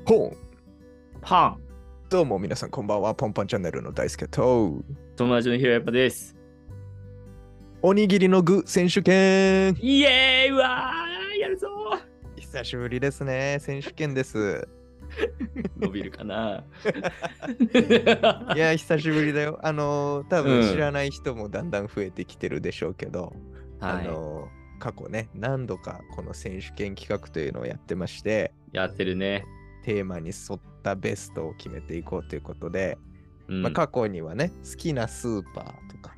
ポン。 パン。 どうも皆さんこんばんは。ポンパンチャンネルの大輔と友達のひろやっぱです。 おにぎりの具選手権。 イエーイ、うわー、やるぞ久しぶりですね。選手権です。 伸びるかな。 いや久しぶりだよ。多分知らない人もだんだん増えてきてるでしょうけど、過去ね何度かこの選手権企画というのをやってまして、 やってるね。 テーマに沿ったベストを決めていこうということで、 うん過去にはね好きなスーパーとか、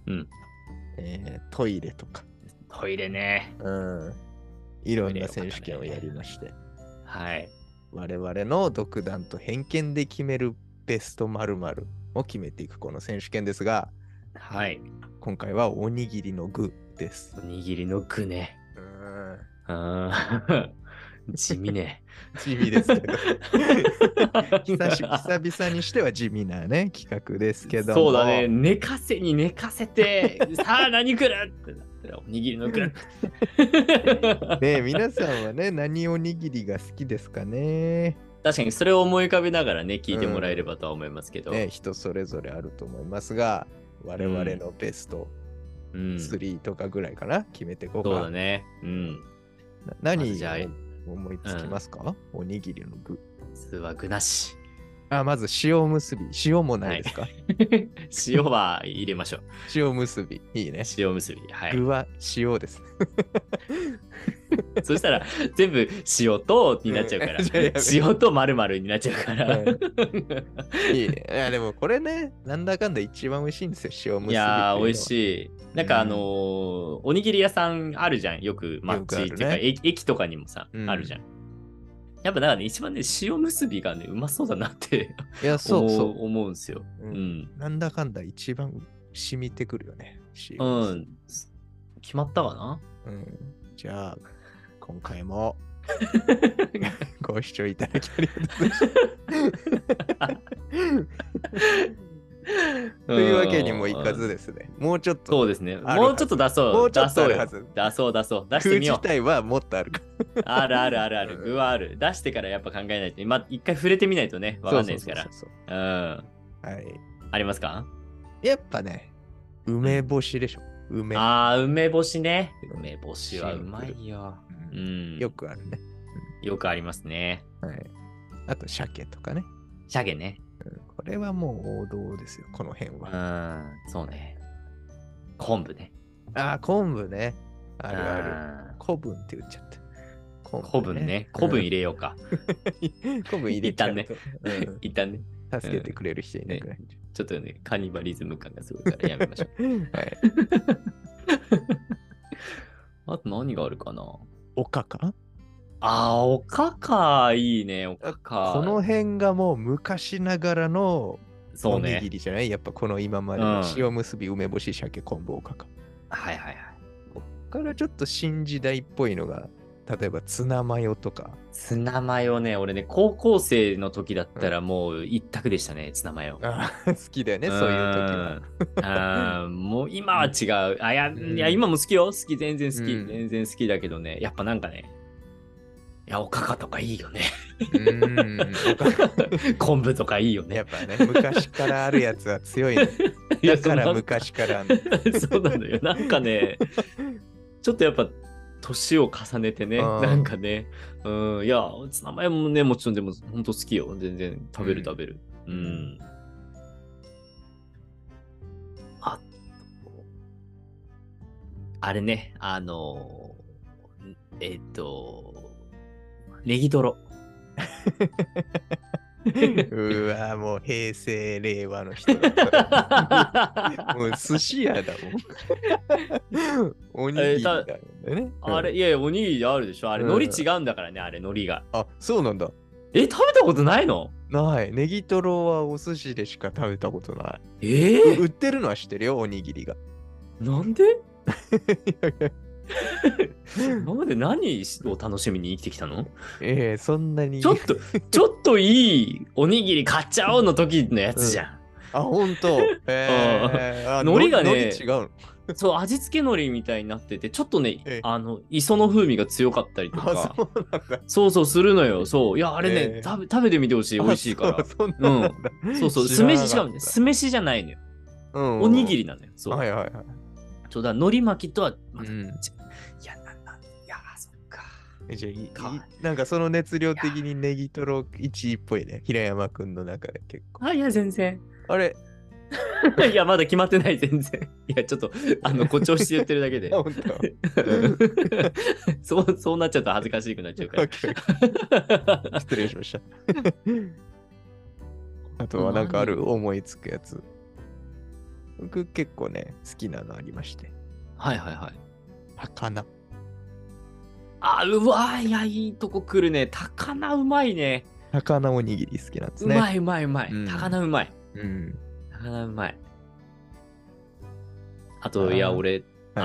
トイレとか、 トイレね。 いろんな選手権をやりまして、 はい。 我々の独断と偏見で決めるベスト〇〇を決めていくこの選手権ですが、 はい。 今回はおにぎりの具です。 おにぎりの具ね。地味ね。 地味ですけど久々にしては地味なね企画ですけども、 そうだね。寝かせに寝かせてさあ何来るってなったらおにぎりの具ねえ皆さんはね何おにぎりが好きですかね。 確かにそれを思い浮かべながらね聞いてもらえればとは思いますけど、 人それぞれあると思いますが、我々のベスト3とかぐらいかな、決めていこうか。 そうだね。 何思いつきますか、おにぎりの具。 普通は具なし。 まず塩結び。塩もないですか、 塩は入れましょう。 塩結び。いいね。 塩結び。はい。 具は塩です。 そしたら全部塩とになっちゃうから。塩と〇〇になっちゃうから。 いいね。いやでもこれね、なんだかんだ一番美味しいんですよ、塩結び。 いやー、美味しい。なんかおにぎり屋さんあるじゃん。よく街っていうか、駅とかにもさ、あるじゃん。やっぱだからね、一番ね、塩結びがね、うまそうだなっていやそう思うんですよ。 なんだかんだ一番染みてくるよね。 決まったかな。 じゃあ、今回もご視聴いただきありがとうございました。というわけにもいかずですね。もうちょっと。 そうですね。もうちょっと出そう。 もうちょっとあるはず。 出そう。出してみよう。 具自体はもっとあるか。 ある。具はある。出してからやっぱ考えないと。一回触れてみないとね、わかんないですから。 はい。 ありますか？ やっぱね、梅干しでしょ。梅干しね。梅干しはうまいよ。 よくあるね。 よくありますね。 あと、鮭とかね。 鮭ね。 これはもう王道ですよ、この辺は。 そうね。昆布ね。 昆布ね。ある。古文って言っちゃった。 古文ね。古文入れようか。 古文入れちゃうと。 一旦ね。 助けてくれる人いなくなっちゃう。 ちょっとね、カニバリズム感がすごいからやめましょう。あと何があるかな？ おかか？ おかか、いいね、おかか。 この辺がもう昔ながらのおにぎりじゃない？やっぱこの今までの塩結び、梅干し、鮭、昆布、おかか。こっからちょっと新時代っぽいのが、例えばツナマヨとか。 ツナマヨね、俺ね、高校生の時だったらもう一択でしたね、ツナマヨ。 好きだよね、そういう時は。もう今は違う。いや、今も好きよ。全然好き。全然好きだけどね、やっぱなんかね、いや、おかかとかいいよね。昆布とかいいよね。 やっぱね、昔からあるやつは強いね。だから昔からある。 そうなのよ。なんかね、ちょっとやっぱ、年を重ねてね、なんかね、いや、ツナマヨもね、もちろんでも本当好きよ。全然食べる。あれね、ネギトロ。 うわもう平成令和の人だったもう寿司屋だもん。おにぎりだよね。 あれ、いやいや、おにぎりあるでしょ。あれ、海苔違うんだからね、あれ、海苔が。 そうなんだ。 食べたことないの？ ない。ネギトロはお寿司でしか食べたことない。売ってるのは知ってるよ、おにぎりが。 なんで？今まで何を楽しみに生きてきたの？ そんなに。 ちょっといいおにぎり買っちゃおうの時のやつじゃん。 あ、ほんと。 海苔がね、 海苔違うの？ そう、味付け海苔みたいになってて、ちょっとね、磯の風味が強かったりとか、 そうなんだ。 そうそうするのよ。そう。いや、あれね、食べてみてほしい。美味しいから。 そんなんだ。 そうそう。酢飯しかも、酢飯じゃないのよ。おにぎりなのよ。そう。 はいはいはい。 そうだ、海苔巻きとは、いや、そっか。 じゃなんかその熱量的にネギトロ1位っぽいね。平山くんの中で結構。 いや、全然。 あれいや、まだ決まってない、全然。いや、ちょっと、誇張して言ってるだけで。 本当そうなっちゃうと恥ずかしくなっちゃうから。 失礼しました。あとはなんかある思いつくやつ。僕結構ね、好きなのありまして。 はいはいはい。 高菜。 うわいや、いいとこ来るね。高菜うまいね。 高菜おにぎり好きなんですね。 うまいうまいうまい。高菜うまい。高菜うまい。あと、いや、俺、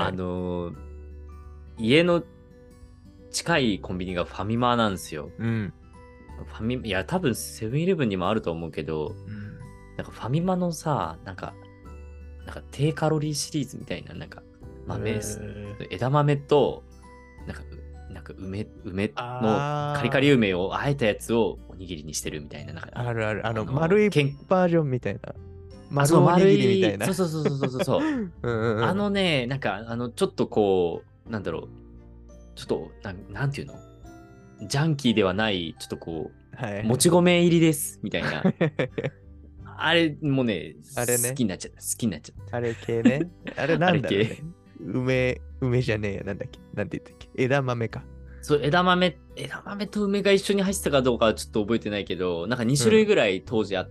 家の近いコンビニがファミマなんですよ。いや、多分セブンイレブンにもあると思うけど、なんかファミマのさ、なんか低カロリーシリーズみたいな、なんか枝豆と、なんか梅のカリカリ梅をあえたやつをおにぎりにしてるみたいな。 あるある。丸いバージョンみたいな。 丸おにぎりみたいな。 そう。なんか、ちょっとこう、なんだろう。ちょっと、なんていうの？ジャンキーではない、ちょっとこう、もち米入りです、みたいな。あれもね、好きになっちゃった。好きになっちゃった。 あれ系ね。あれなんだろうね。梅じゃねえや。なんだっけ。なんて言ったっけ。枝豆か。 そう、枝豆と梅が一緒に入ってたかどうかはちょっと覚えてないけど、なんか2種類ぐらい当時あって、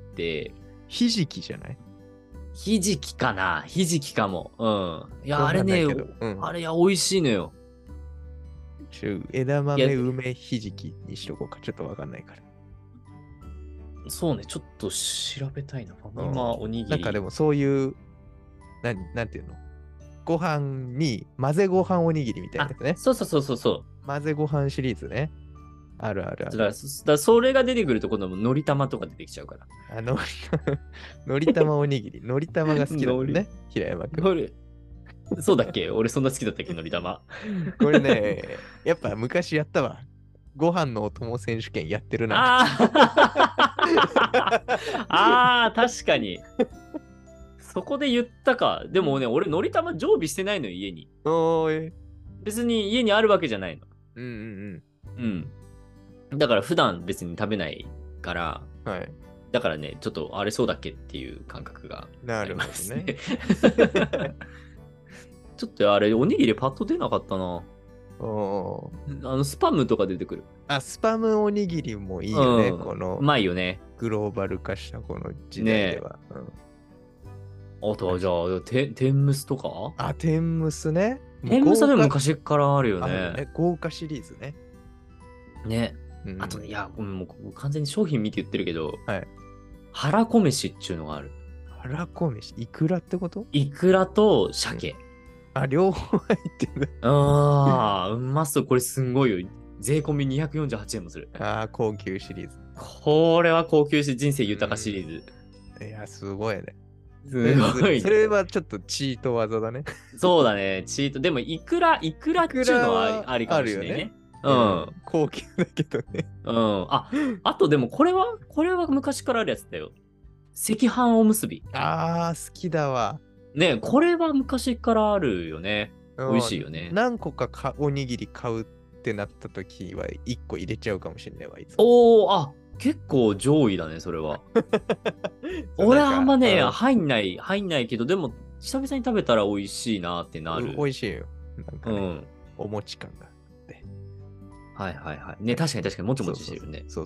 ひじきじゃない？ ひじきかな？ひじきかも。いや、あれね、あれ、美味しいのよ。 枝豆、梅、ひじきにしとこうか。ちょっとわかんないから。 そうね、ちょっと調べたいな。ファミマおにぎり。 なんかでもそういう、なんていうの？ご飯に混ぜご飯おにぎりみたいなやつね。 そう。 混ぜご飯シリーズね。ある。 だからそれが出てくると今度のり玉とか出てきちゃうから。 のり玉おにぎり。のり玉が好きだもんね。平山くん。 そうだっけ？俺そんな好きだったっけ？のり玉。 これね、やっぱ昔やったわ。ご飯のお供選手権やってるな。 確かに。そこで言ったか。でもね、俺、のり玉常備してないのよ、家に。別に家にあるわけじゃないの。だから普段別に食べないから、だからね、ちょっとあれそうだっけっていう感覚がありますね。ちょっとあれ、おにぎりパッと出なかったな。スパムとか出てくる。 スパムおにぎりもいいよね、この。 うまいよね。 グローバル化したこの時代では。 あとはじゃあ、天むすとか？ 天むすね。 天むすはでも昔からあるよね。 豪華シリーズね。 ね。あとね、いや、もう完全に商品見て言ってるけど、はらこ飯っていうのがある。 はらこ飯いくらってこと？ いくらと鮭。 両方入ってる。 うまそう。これすんごいよ。税込み248円もする。 高級シリーズ。 これは高級し、人生豊かシリーズ。いや、すごいね。 すごい、ね。 それはちょっとチート技だね。 そうだね、チート。でも、いくらっていうのはありかもしれないね。 高級だけどね。 あとでもこれは昔からあるやつだよ。赤飯おむすび。 好きだわ。 ね、これは昔からあるよね。美味しいよね。 何個かおにぎり買うってなった時は1個入れちゃうかもしれないわ、いつも。結構上位だね、それは。俺はあんまね、入んないけど、でも、久々に食べたら美味しいなってなる。 美味しいよ。なんかね、お餅感があって。 はい。ね、確かにもちもちしてるね。 そう。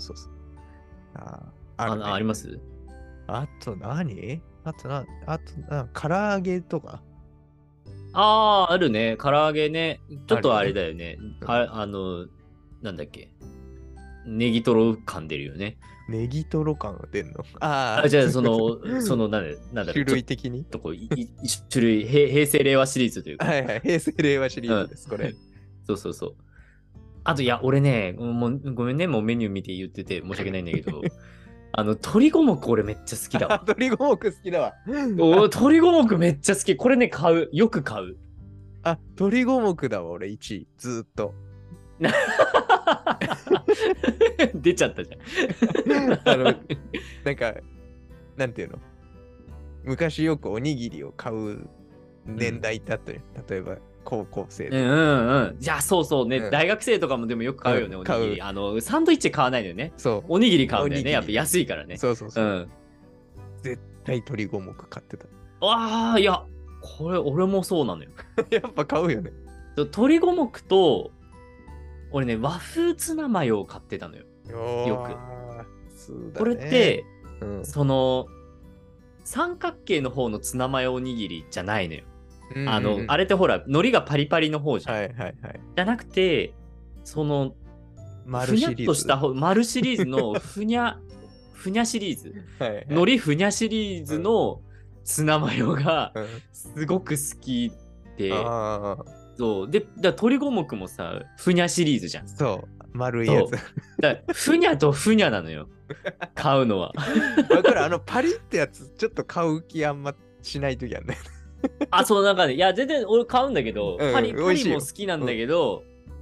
あります？ あと何？あと唐揚げとか。 あるね。唐揚げね。ちょっとあれだよね。なんだっけ。ネギトロ感出るよね。 ネギトロ感が出るの？ じゃあ、なんだ種類的に一種類、平成令和シリーズというか。 平成令和シリーズです、これ。 そう。あと、いや、俺ね、もうごめんね、もうメニュー見て言ってて申し訳ないんだけど、 鶏五目俺めっちゃ好きだわ。 鶏五目好きだわ。 鶏五目めっちゃ好き。これね、買う。よく買う。 あ、鶏五目だわ、俺1位。ずーっと。 出ちゃったじゃん。 なんか、なんていうの、昔よくおにぎりを買う年代だったよ。例えば、高校生で。 いや、そうそうね、大学生とかもでもよく買うよね、おにぎり。サンドイッチ買わないのよね。そう。おにぎり買うんだよね。やっぱ安いからね。 そうそうそう。絶対鶏五目買ってた。 いや、これ俺もそうなのよ。 やっぱ買うよね。 鶏五目と、俺ね、和風ツナマヨを買ってたのよ。よく。これって、その、三角形の方のツナマヨおにぎりじゃないのよ。あれってほら、海苔がパリパリの方じゃん。はいはいはい。じゃなくて、その、ふにゃっとした丸シリーズのふにゃシリーズ。海苔ふにゃシリーズのツナマヨがすごく好きで。そう。で、鶏五目もさ、ふにゃシリーズじゃん。 そう。丸いやつ。 ふにゃとふにゃなのよ。買うのは。 だからパリってやつ、ちょっと買う気あんましないときあんね。 そう、なんかね、いや、全然俺買うんだけど、パリも好きなんだけど、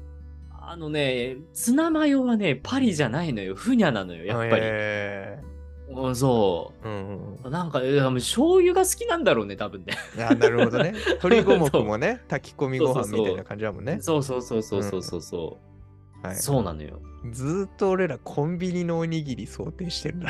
ツナマヨはね、パリじゃないのよ。ふにゃなのよ、やっぱり。そう。なんか、醤油が好きなんだろうね、多分ね。 なるほどね。鶏五目もね、炊き込みご飯みたいな感じだもんね。 そうそう。そうなのよ。 ずっと俺らコンビニのおにぎり想定してるな。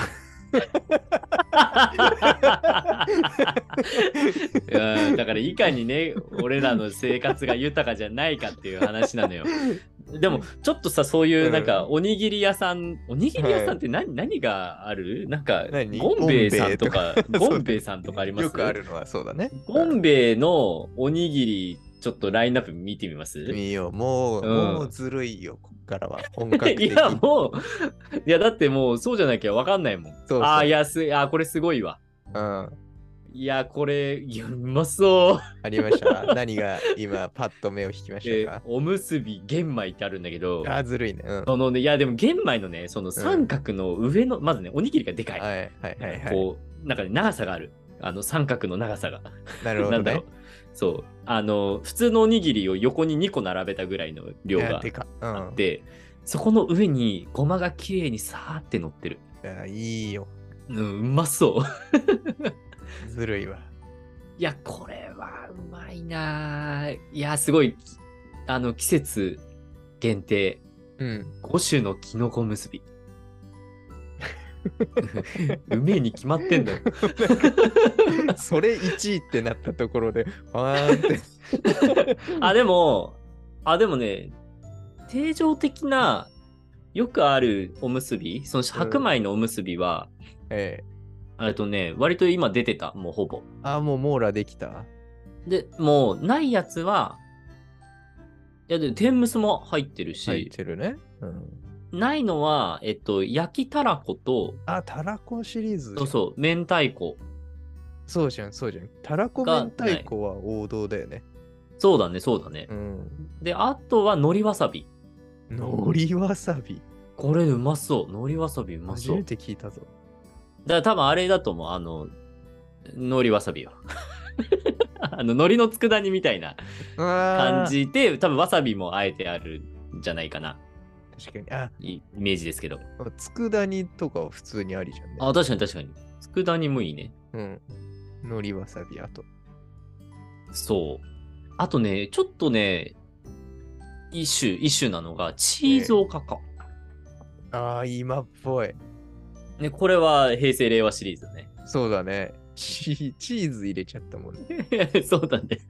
だからいかにね、俺らの生活が豊かじゃないかっていう話なのよ。でもちょっとさ、そういうなんかおにぎり屋さんって何がある？なんかゴンベイさんとかゴンベイさんとかあります？ よくあるのはそうだね。 ゴンベイのおにぎりちょっとラインナップ見てみます？ 見よう。もうずるいよ、こっからは。本格的に。 いやだってもうそうじゃなきゃ分かんないもん。これすごいわ。いや、これ、うまそう。 ありました。何が今、パッと目を引きましたか？ おむすび玄米ってあるんだけど。 ずるいね。 いや、でも玄米のね、その三角の上の、まずね、おにぎりがでかい。こう、なんかね、長さがある。三角の長さが。 なるほどね。 そう。普通のおにぎりを横に2個並べたぐらいの量があって、そこの上にごまが綺麗にさーって乗ってる。 いいよ。 うまそう。 ずるいわ。 いや、これはうまいな。いや、すごい、季節限定、5種のきのこ結び。うめえに決まってんだよ。 それ1位ってなったところで、って。 でもね、定常的な、よくあるおむすび、その白米のおむすびは、割と今出てた、もうほぼ。 もう網羅できた。 で、もうないやつは、天むすも入ってるし、 入ってるね。 ないのは、焼きたらこと、 たらこシリーズ。 そう、明太子。 そうじゃん。たらこ明太子は王道だよね。 そうだね。で、あとは海苔わさび。 海苔わさび。 これうまそう。海苔わさびうまそう。 初めて聞いたぞ。 だから多分あれだと思う。海苔わさびよ。海苔の佃煮みたいな感じで、多分わさびもあえてあるんじゃないかな。 確かに。 イメージですけど。 佃煮とかは普通にありじゃんね。 確かに。佃煮もいいね。 海苔わさび、あと。 そう。あとね、ちょっとね、一種なのが、チーズおかか。 今っぽい。 ね、これは平成令和シリーズね。 そうだね。チーズ入れちゃったもんね。 そうだね。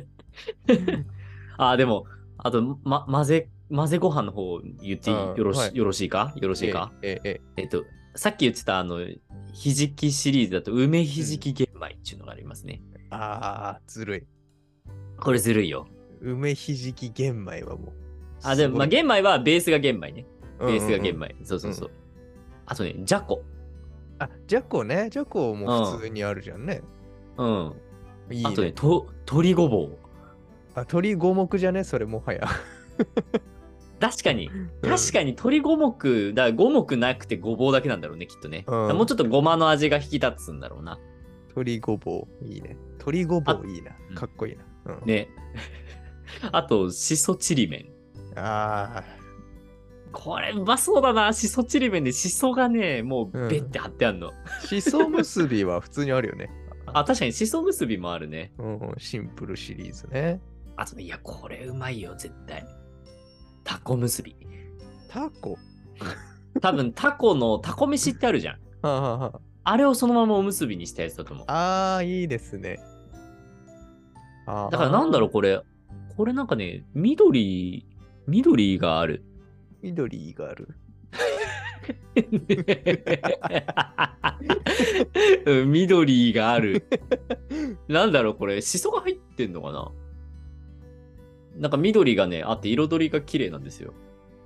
でも、あと、混ぜご飯の方言ってよろしいか？さっき言ってたひじきシリーズだと梅ひじき玄米っていうのがありますね。 ずるい。 これずるいよ。 梅ひじき玄米はもう。でも玄米はベースが玄米ね。ベースが玄米。そう。あとね、じゃこ。 じゃこね。じゃこも普通にあるじゃんね。 いいね。あとね、鶏ごぼう。 鶏五目じゃねそれもはや。 確かに鶏五目五目なくてごぼうだけなんだろうね、きっとね。もうちょっとごまの味が引き立つんだろうな。 鶏ごぼういいね。鶏ごぼういいな。かっこいいな。 ね。あとしそちりめん。 ああ、 これうまそうだな。しそちりめんでしそがね、もうベッて貼ってあんの。 しそ結びは普通にあるよね。 確かにしそ結びもあるね。 シンプルシリーズね。 あとね、いや、これうまいよ、絶対。タコ結び。 タコ多分タコのタコ飯ってあるじゃん。あれをそのままおむすびにしたやつだと思う。 ああ、いいですね。 だからなんだろう、これなんかね、緑がある。 緑がある。 緑がある。なんだろう、これ、シソが入ってんのかな。なんか緑がね、あって彩りが綺麗なんですよ。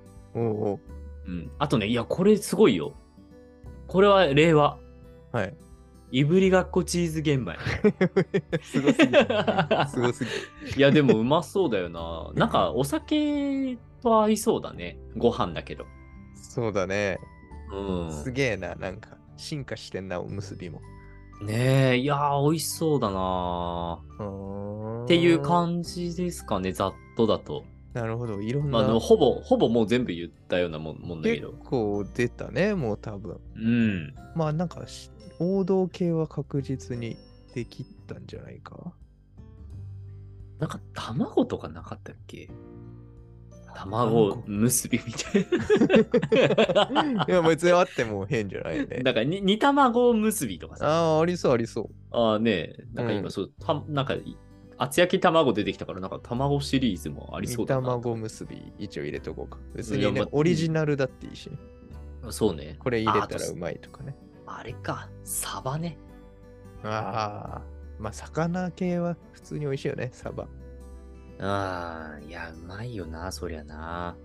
あとね、いや、これすごいよ。これは令和。 はい。 いぶりがっこチーズ玄米。 すごすぎる。すごすぎる。 いや、でもうまそうだよな。なんかお酒と合いそうだね。ご飯だけど。 そうだね。すげえな。なんか進化してんな、おむすびも。 ねえ、いやー、美味しそうだなっていう感じですかね、ざっとだと。 なるほど、いろんな。 まあ、ほぼもう全部言ったようなもんだけど。 結構出たね、もう多分。まあなんか、王道系は確実にできたんじゃないか。 なんか卵とかなかったっけ？卵結びみたいな。いや、別にあっても変じゃないね。 だから煮卵結びとかさ。 ああ、ありそう、ありそう。 ああね、なんか今なんか、厚焼き卵出てきたから、なんか卵シリーズもありそうだな。 煮卵結び一応入れとこうか。別にね、オリジナルだっていいしね。 そうね。 これ入れたらうまいとかね。 あれか、サバね。 ああ、まあ魚系は普通に美味しいよね、サバ。 いや、うまいよな、そりゃな。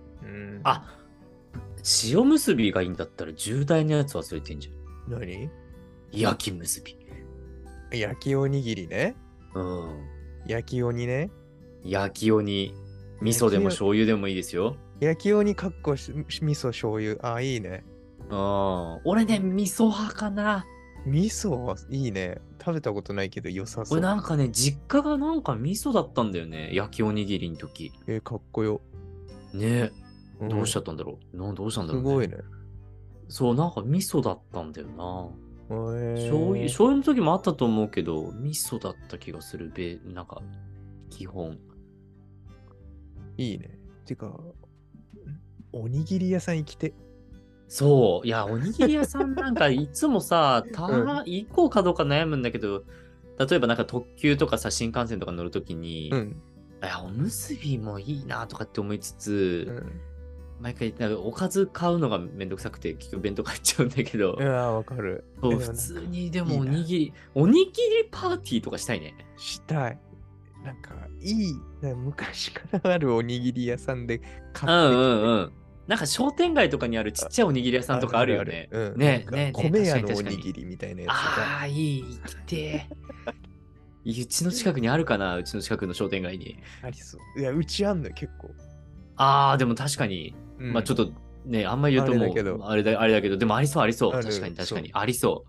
塩結びがいいんだったら重大なやつ忘れてんじゃん。 何？ 焼き結び。 焼きおにぎりね。焼きおにね。 焼きおに。味噌でも醤油でもいいですよ。 焼きおにかっこ味噌醤油。あ、いいね。 俺ね、味噌派かな。 味噌はいいね。食べたことないけど良さそう。 俺なんかね、実家がなんか味噌だったんだよね。焼きおにぎりの時。 かっこよ。 ねえ。どうしちゃったんだろう。どうしたんだろう、ね。 すごいね。 そう、なんか味噌だったんだよな。醤油の時もあったと思うけど、味噌だった気がする。なんか、基本。 いいね。てか、おにぎり屋さん行きて。 そう。いや、おにぎり屋さんなんかいつもさ、行こうかどうか悩むんだけど、例えばなんか特急とかさ、新幹線とか乗るときに、いや、おむすびもいいなとかって思いつつ、毎回なんかおかず買うのがめんどくさくて、結局弁当買っちゃうんだけど。 いや、わかる。 そう、普通にでもおにぎりパーティーとかしたいね。 したい。なんか、いい、昔からあるおにぎり屋さんで買ってきて。 なんか商店街とかにあるちっちゃいおにぎり屋さんとかあるよね。ね。 米屋のおにぎりみたいなやつが。いい、行きてうちの近くにあるかな、うちの近くの商店街に。 ありそう。いや、うちあんのよ、結構。 でも確かに、まあちょっとね、あんまり言うともう、あれだけど、でもありそう、ありそう。確かに、ありそう。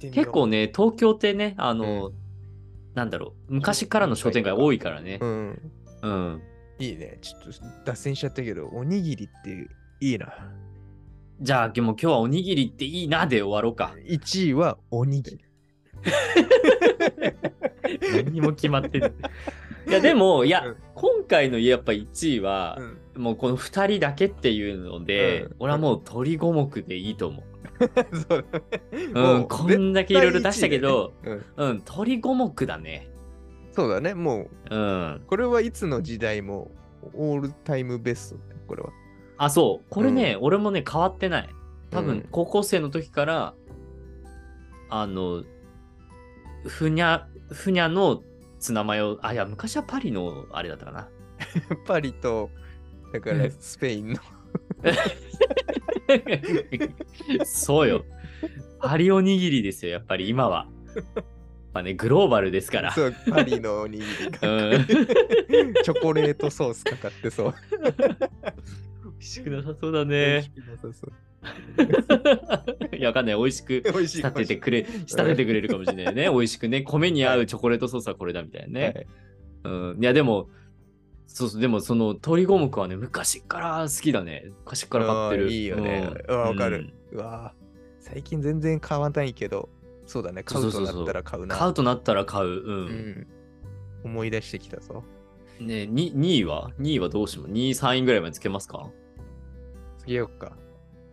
結構ね、東京ってね、なんだろう、昔からの商店街多いからね。 いいね。ちょっと脱線しちゃったけど、おにぎりっていいな。 じゃあ、でも今日はおにぎりっていいなで終わろうか。 1位はおにぎり。 何にも決まってる。いや、でも、今回のやっぱ1位は、もうこの2人だけっていうので、俺はもう鶏五目でいいと思う。 そうこんだけいろいろ出したけど、鶏五目だね。 そうだね、もう、これはいつの時代もオールタイムベスト、これは。 そう。これね、俺もね、変わってない。多分、高校生の時から、ふにゃのツナマヨ、いや、昔はパリのあれだったかな。 パリと、だからスペインの。 そうよ。パリおにぎりですよ、やっぱり今は。 ぱね、グローバルですから。 そう、パリのおにぎりかチョコレートソースかかってそう。 美味しくなさそうだね。 美味しくなさそう。 いや、わかんない。美味しく仕立ててくれるかもしれないね。美味しくね。米に合うチョコレートソースはこれだみたいなね。はい、いや、でも、でもその鶏五目はね、昔から好きだね。昔から買ってる。 いいよね。わかる。うわ最近全然買わないけど、そうだね。買うとなったら買うな。 買うとなったら買う。 思い出してきたぞ。 ね、2位は ?2 位はどうしよう ?2 位、3位ぐらいまでつけますか？ つけようか。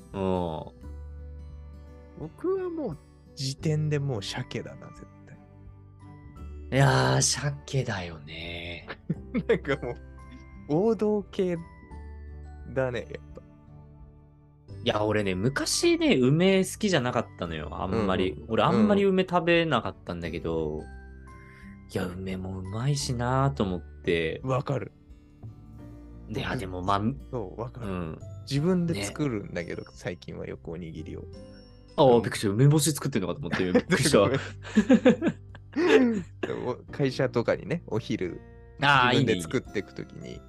僕はもう時点でもう鮭だな、絶対。 いやー、鮭だよね。 なんかもう、王道系だね、やっぱ。 いや、俺ね、昔ね、梅好きじゃなかったのよ、あんまり。俺、あんまり梅食べなかったんだけど、いや、梅もうまいしなーと思って。 わかる。 いや、でもまあ、 そう、わかる。自分で作るんだけど、最近はよくおにぎりを。 ああ、びっくりした。梅干し作ってんのかと思って、びっくりした。 会社とかにね、お昼、自分で作っていくときに、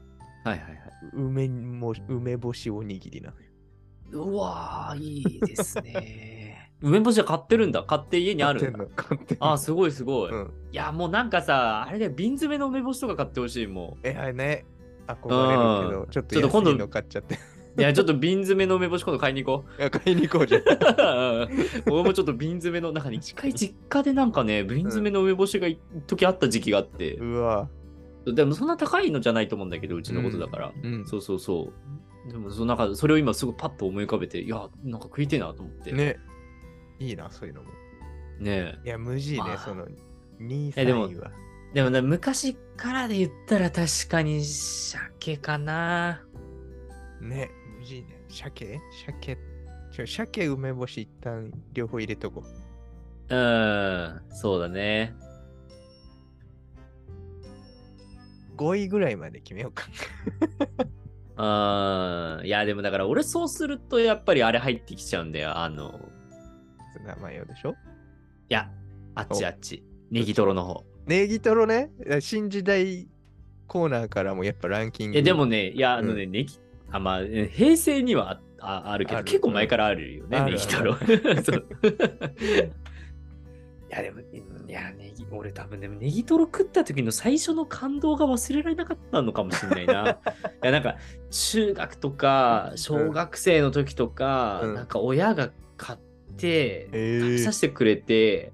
梅干しおにぎりなのよ。 うわー、いいですね。梅干しは買ってるんだ。買って家にあるんだ。 買ってんの。 あ、すごいすごい。いや、もうなんかさ、あれで瓶詰めの梅干しとか買ってほしいもん。 あれね、憧れるけど、ちょっと安いの買っちゃって。 いや、ちょっと瓶詰めの梅干し今度買いに行こう。 いや、買いに行こうじゃん。 俺もちょっと瓶詰めの、なんかね、一回実家でなんかね、瓶詰めの梅干しが時あった時期があって。 うわ。 でもそんな高いのじゃないと思うんだけど、うちのことだから。そうそうそう。でもなんかそれを今すぐパッと思い浮かべて、いや、なんか食いてえなと思って。 ね。いいな、そういうのも。 ねえ。いや、無事ね、その、2、3位は。 でもね、昔からで言ったら確かに鮭かな。 ね、無事ね。鮭、梅干し一旦両方入れとこう。 そうだね。 5位ぐらいまで決めようか。 いや、でもだから俺そうするとやっぱりあれ入ってきちゃうんだよ。 名前よでしょ？ いや、あっち。ネギトロの方。 ネギトロね。新時代コーナーからもやっぱランキング。 でもね、いや、ネギ、まあ、平成にはあるけど、結構前からあるよね、ネギトロ。そう。いや、でも、俺多分でもネギトロ食った時の最初の感動が忘れられなかったのかもしれないな。いや、なんか、中学とか、小学生の時とか、なんか親が買って、食べさせてくれて、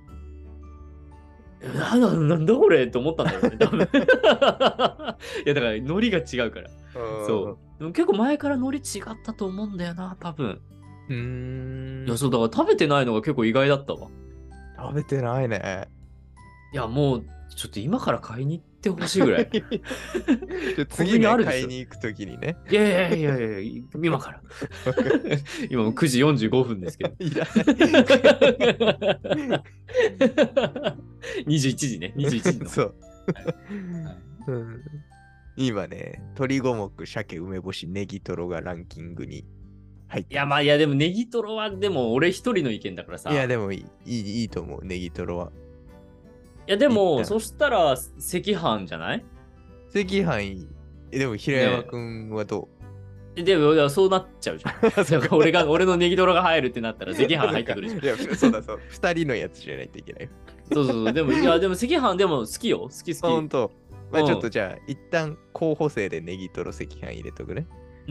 なんだこれって思ったんだよね、多分。いや、だから、海苔が違うから。そう。でも結構前から海苔違ったと思うんだよな、多分。いや、そう、だから食べてないのが結構意外だったわ。 食べてないね。 いや、もう、ちょっと今から買いに行ってほしいぐらい。 次に買いに行くときにね。 いや、今から。今も9時45分ですけど。21時ね。21時の。 そう。今ね、鶏五目、鮭、梅干し、ネギトロがランキングに入って。 いや、でもネギトロは、でも俺一人の意見だからさ。 いや、でもいいと思う、ネギトロは。 いや、でも、そしたら、赤飯じゃない？ 赤飯いい。でも、平山くんはどう？でも、そうなっちゃうじゃん。俺のネギトロが入るってなったら、赤飯入ってくるじゃん。 いや、そう。2人のやつじゃないといけないよ。 そう。でも、赤飯でも好きよ。好き。 ほんと。まあちょっとじゃあ、一旦候補生でネギトロ赤飯入れとくね。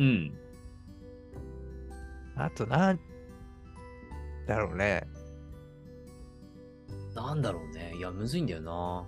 あとなんだろうね。 なんだろうね。いや、むずいんだよな。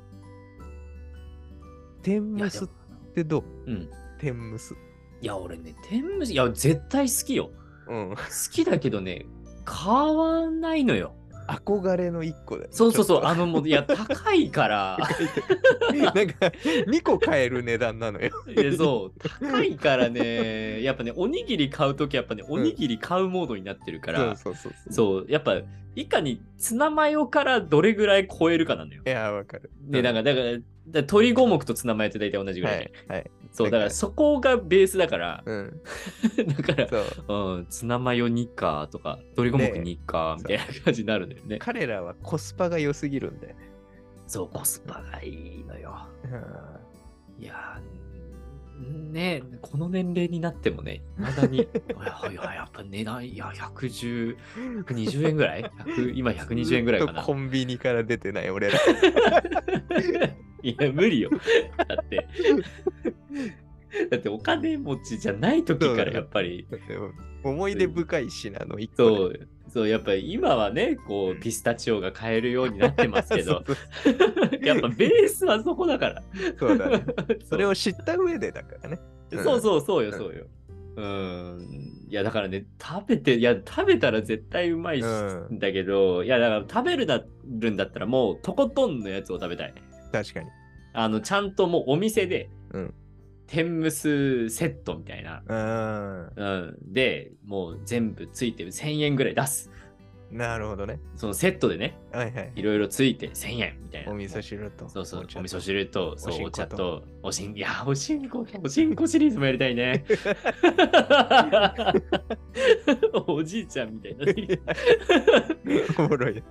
天むすってどう？天むす。 いや、俺ね、天むす、いや、絶対好きよ。好きだけどね、買わないのよ。 憧れの1個だよ。 そう。もう、いや、高いから。 なんか、2個買える値段なのよ。 そう、高いからね、やっぱね、おにぎり買うとき、やっぱね、おにぎり買うモードになってるから、そう、やっぱ、いかにツナマヨからどれぐらい超えるかなのよ。 いや、わかる。 だから鶏五目とツナマヨって大体同じぐらい。 はい。 そう、だからそこがベースだから、だから、ツナマヨ2かとか、鶏五目2かみたいな感じになるんだよね。 彼らはコスパが良すぎるんだよね。 そう、コスパがいいのよ。いやね、この年齢になってもね、まだに、やっぱ値段、110、120円ぐらい今120円ぐらいかな。 コンビニから出てない俺ら。 いや、無理よ。だってお金持ちじゃない時からやっぱり。 思い出深い品の一個。 そう、やっぱり今はね、こう、ピスタチオが買えるようになってますけど、やっぱベースはそこだから。 そうだね。それを知った上でだからね。 そうよ。いや、だからね、食べたら絶対うまいんだけど、いや、だから食べるんだったらもう、とことんのやつを食べたい。 確かに。ちゃんともうお店で、天むすセットみたいな。で、もう全部ついてる1000円ぐらい出す。 なるほどね。 そのセットでね、いろいろついて1000円みたいな。 お味噌汁と。 そう、お味噌汁と、お茶と、おしんこシリーズもやりたいね。おじいちゃんみたいな。 おもろい。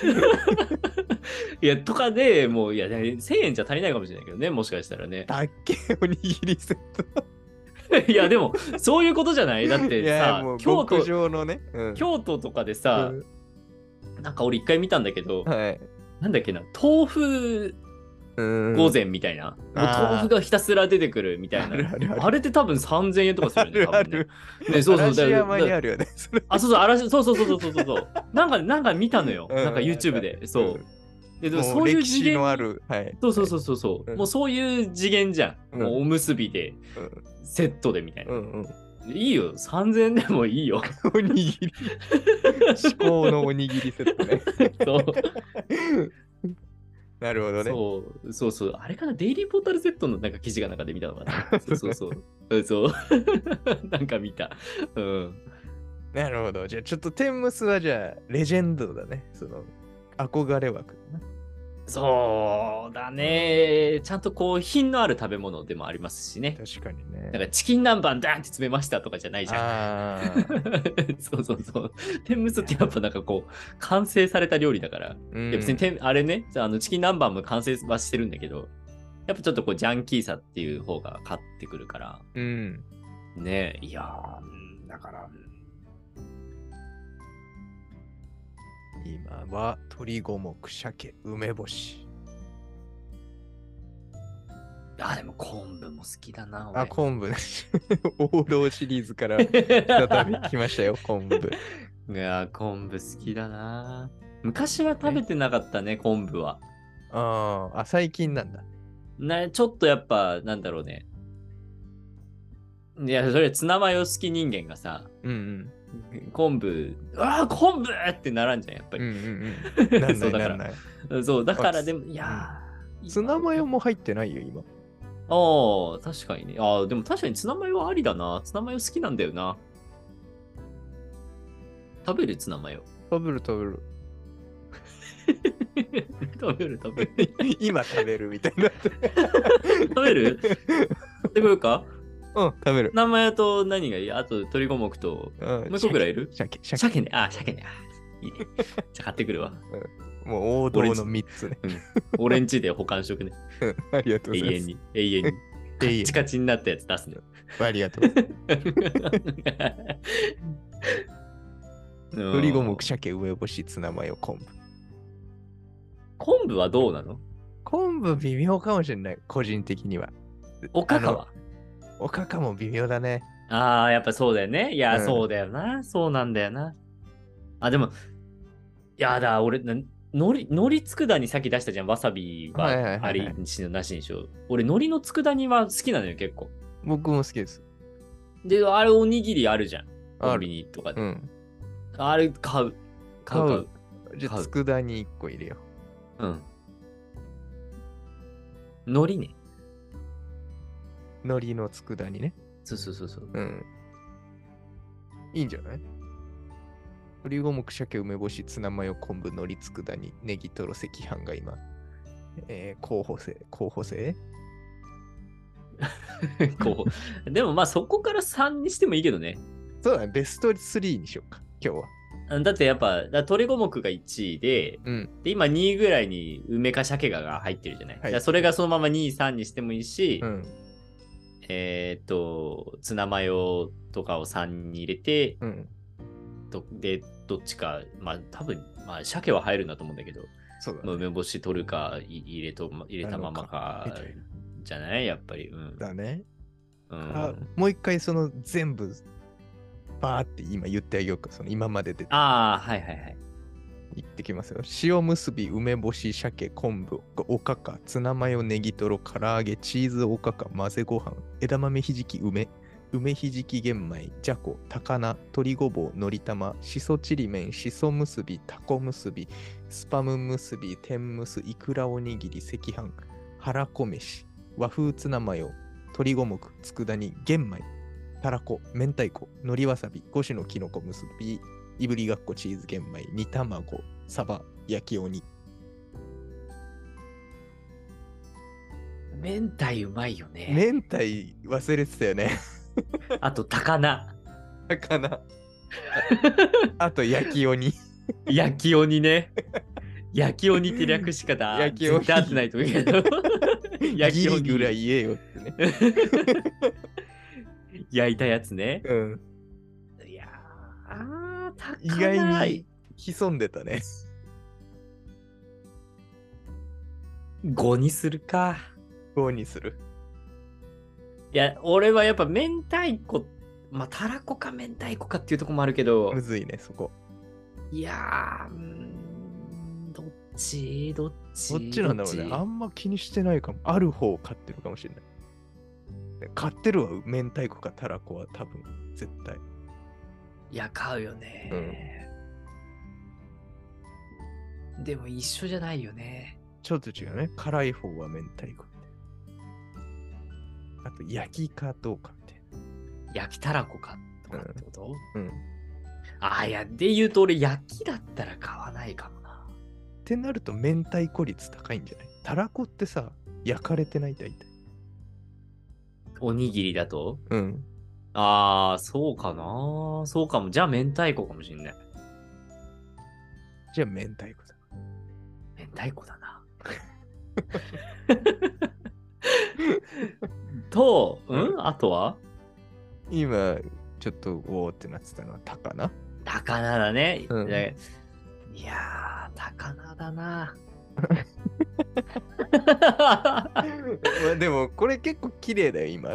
いや、とかでもう、いや、1000円じゃ足りないかもしれないけどね、もしかしたらね。 だっけ、おにぎりセット。いや、でも、そういうことじゃない？だってさ、 京都のね、 京都とかでさ、なんか俺一回見たんだけど、なんだっけな、豆腐御膳みたいな。豆腐がひたすら出てくるみたいな。あれって多分3000円とかするよね。多分ね。そう。 嵐山にあるよね。 そう。なんか見たのよ。なんか YouTube で。そう。でもそういう次元。そう。もうそういう次元じゃん。もうおむすびで、セットでみたいな。いいよ。3000円でもいいよ。 おにぎり。至高のおにぎりセットね。 そう。 なるほどね。 そう。あれかな、デイリーポータルセットのなんか記事が中で見たのかな。そう。なんか見た。 なるほど。じゃあちょっと天むすはじゃあレジェンドだね。その憧れ枠だな。 そうだね。ちゃんとこう品のある食べ物でもありますしね。 確かにね。 なんかチキン南蛮ダーンって詰めましたとかじゃないじゃん。そう。天むすってやっぱなんかこう完成された料理だから。いや別にあれね、チキン南蛮も完成はしてるんだけど、やっぱちょっとこうジャンキーさっていう方が勝ってくるから。ね、いやー、だから。 今は鶏五目鮭梅干し。 でも昆布も好きだな。 昆布ね。王道シリーズから再び来ましたよ、昆布。 いや、昆布好きだな。昔は食べてなかったね、昆布は。 最近なんだ。 ちょっとやっぱ、なんだろうね。いや、それツナマヨ好き人間がさ、昆布、昆布ってならんじゃん、やっぱり。 なんない。 そう、だからでも、いやツナマヨも入ってないよ、今。 確かにね。でも確かにツナマヨはありだな。ツナマヨ好きなんだよな。食べるツナマヨ。 食べる。 食べる。 今食べるみたいな。 食べるってこようか？ 食べる。 ツナマヨと何がいい？あと鶏五目と、もう一個ぐらいいる？鮭ね。鮭ね。いいね。じゃあ買ってくるわ。 もう王道の3つね。 俺んちで保管しとくね。 ありがとうございます。 永遠に。カッチカチになったやつ出すね。 ありがとう。鶏五目鮭梅干しツナマヨ昆布。 昆布はどうなの？ 昆布微妙かもしれない。個人的には。 おかかは？ おかかも微妙だね。 やっぱそうだよね。いや、そうだよな。そうなんだよな。でも、俺、海苔佃煮さっき出したじゃん。わさびはありにしろなしにしろ。俺、海苔の佃煮は好きなのよ、結構。 僕も好きです。 で、あれおにぎりあるじゃん。コンビニとかで。あれ買う。 じゃあ、佃煮1個入れよう。海苔ね。 海苔の佃煮ね。 そう。 いいんじゃない？鶏五目鮭梅干しツナマヨ昆布海苔佃煮ネギトロ赤飯が今、候補生でもまあそこから3にしてもいいけどね。 そうだね、ベスト3にしようか、今日は。 だってやっぱ、鶏五目が1位で、で、今2位ぐらいに梅か鮭が入ってるじゃない。はい、それがそのまま2位、3にしてもいいし、ツナマヨとかを3に入れて、で、どっちか、まあ多分、まあ鮭は入るんだと思うんだけど、そうだね、梅干し取るか入れたままか、じゃないやっぱり。 だね。もう一回その全部、バーって今言ってあげようか。その今まで出て。 はいはいはい。 言ってきますよ。塩結び、梅干し、鮭、昆布、おかか、ツナマヨ、ネギトロ、唐揚げ、チーズおかか、混ぜご飯、枝豆ひじき、梅ひじき玄米、じゃこ、高菜、鶏ごぼう、のり玉、しそちりめん、しそ結び、たこ結び、スパム結び、天むす、いくらおにぎり、赤飯、はらこ飯、和風ツナマヨ、鶏五目、佃煮、玄米、たらこ、明太子、のりわさび、5種のきのこ結び、いぶりがっこチーズ玄米、煮卵、サバ、焼き鬼。 明太うまいよね。 明太忘れてたよね。 あと高菜。 あと焼き鬼。 焼き鬼ね。焼き鬼って略し方焼き鬼絶対合ってないと思うけど。 焼き鬼ぐらい言えよってね。 焼いたやつね。いやー、意外に潜んでたね。 5にするか。 5にする。 いや、俺はやっぱ明太子、まあ、たらこか明太子かっていうところもあるけど。 むずいね、そこ。 いやー、どっちどっちなんだろうね。あんま気にしてないかも。ある方を買ってるかもしれない。買ってるわ、明太子かたらこは多分、絶対。 いや、買うよね。でも一緒じゃないよね。 ちょっと違うね。辛い方は明太子。あと、焼きかどうかみたいな。焼きたらこかとかってこと？いや、で言うと俺焼きだったら買わないかもな。 ってなると明太子率高いんじゃない？たらこってさ、焼かれてない大体。 おにぎりだと？ そうかな。そうかも。じゃあ明太子かもしんない。 じゃあ明太子だ。 明太子だな。と、あとは今、ちょっとおーってなってたのは高菜？ 高菜だね。いやー、高菜だな。 でもこれ結構綺麗だよ今。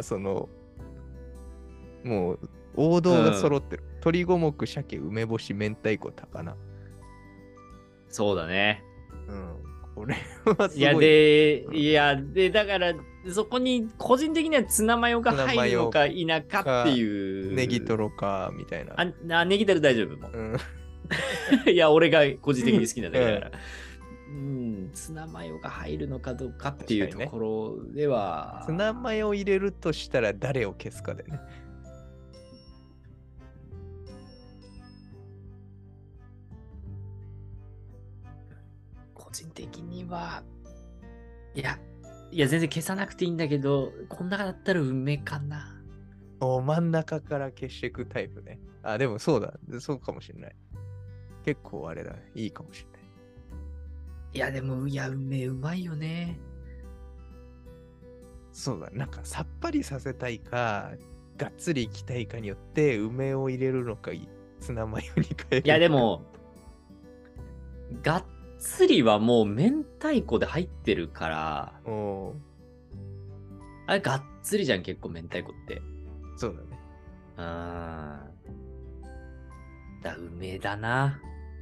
もう王道が揃ってる。鶏五目、鮭、梅干し、明太子、高菜。 そうだね。 これはすごい。 いやでだからそこに個人的にはツナマヨが入るのか否かっていう。 ネギトロかみたいな。 ネギトロ大丈夫も。いや俺が個人的に好きなだけだから。ツナマヨが入るのかどうかっていうところでは、 ツナマヨを入れるとしたら誰を消すかでね。 個人的にはいや全然消さなくていいんだけど、この中だったら梅かな。 真ん中から消していくタイプね。でもそうだ。そうかもしれない。結構あれだね。いいかもしれない。 いやでも梅うまいよね。 そうだ、なんかさっぱりさせたいかがっつりいきたいかによって梅を入れるのかツナマヨに変える。 いやでもがっつりはもう明太子で入ってるから、あれがっつりじゃん結構明太子って。 そうだね。 梅だな。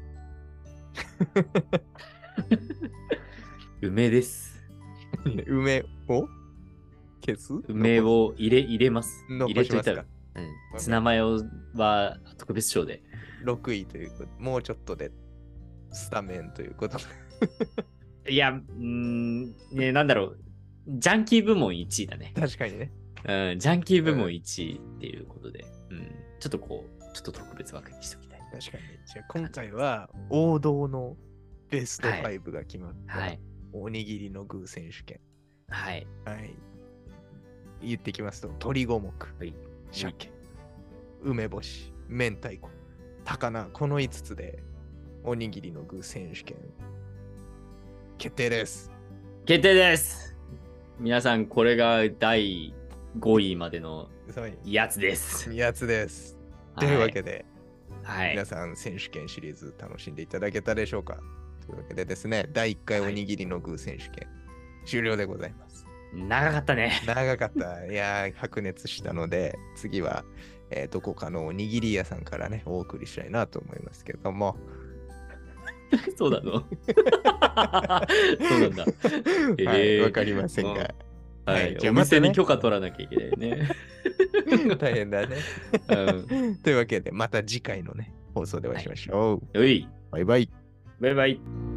梅です。 梅を消す？ 梅を入れます。 入れといたら。 ツナマヨは特別賞で。 6位ということ。もうちょっとでスタメンということ。 いや、なんだろう。ジャンキー部門1位だね。 確かにね。 ジャンキー部門1位っていうことで。ちょっと特別枠にしておきたい。 確かに。じゃあ今回は王道のベスト5が決まった、おにぎりの具選手権。 はい。 言ってきますと、鶏五目、鮭、梅干し、明太子、 高菜、この5つでおにぎりの具選手権決定です。 決定です。皆さん、これが第5位までのやつです。 やつです。というわけで、皆さん選手権シリーズ楽しんでいただけたでしょうか。というわけでですね、第1回おにぎりの具選手権、終了でございます。 長かったね。 長かった。いやー、白熱したので、次は、どこかのおにぎり屋さんからね、お送りしたいなと思いますけども。 そうなのそうなんだ。 はい、わかりませんが。 はい、じゃあお店に許可取らなきゃいけないね。 大変だね。というわけで、また次回のね、放送でお会いしましょう。 はい。 バイバイ。 バイバイ。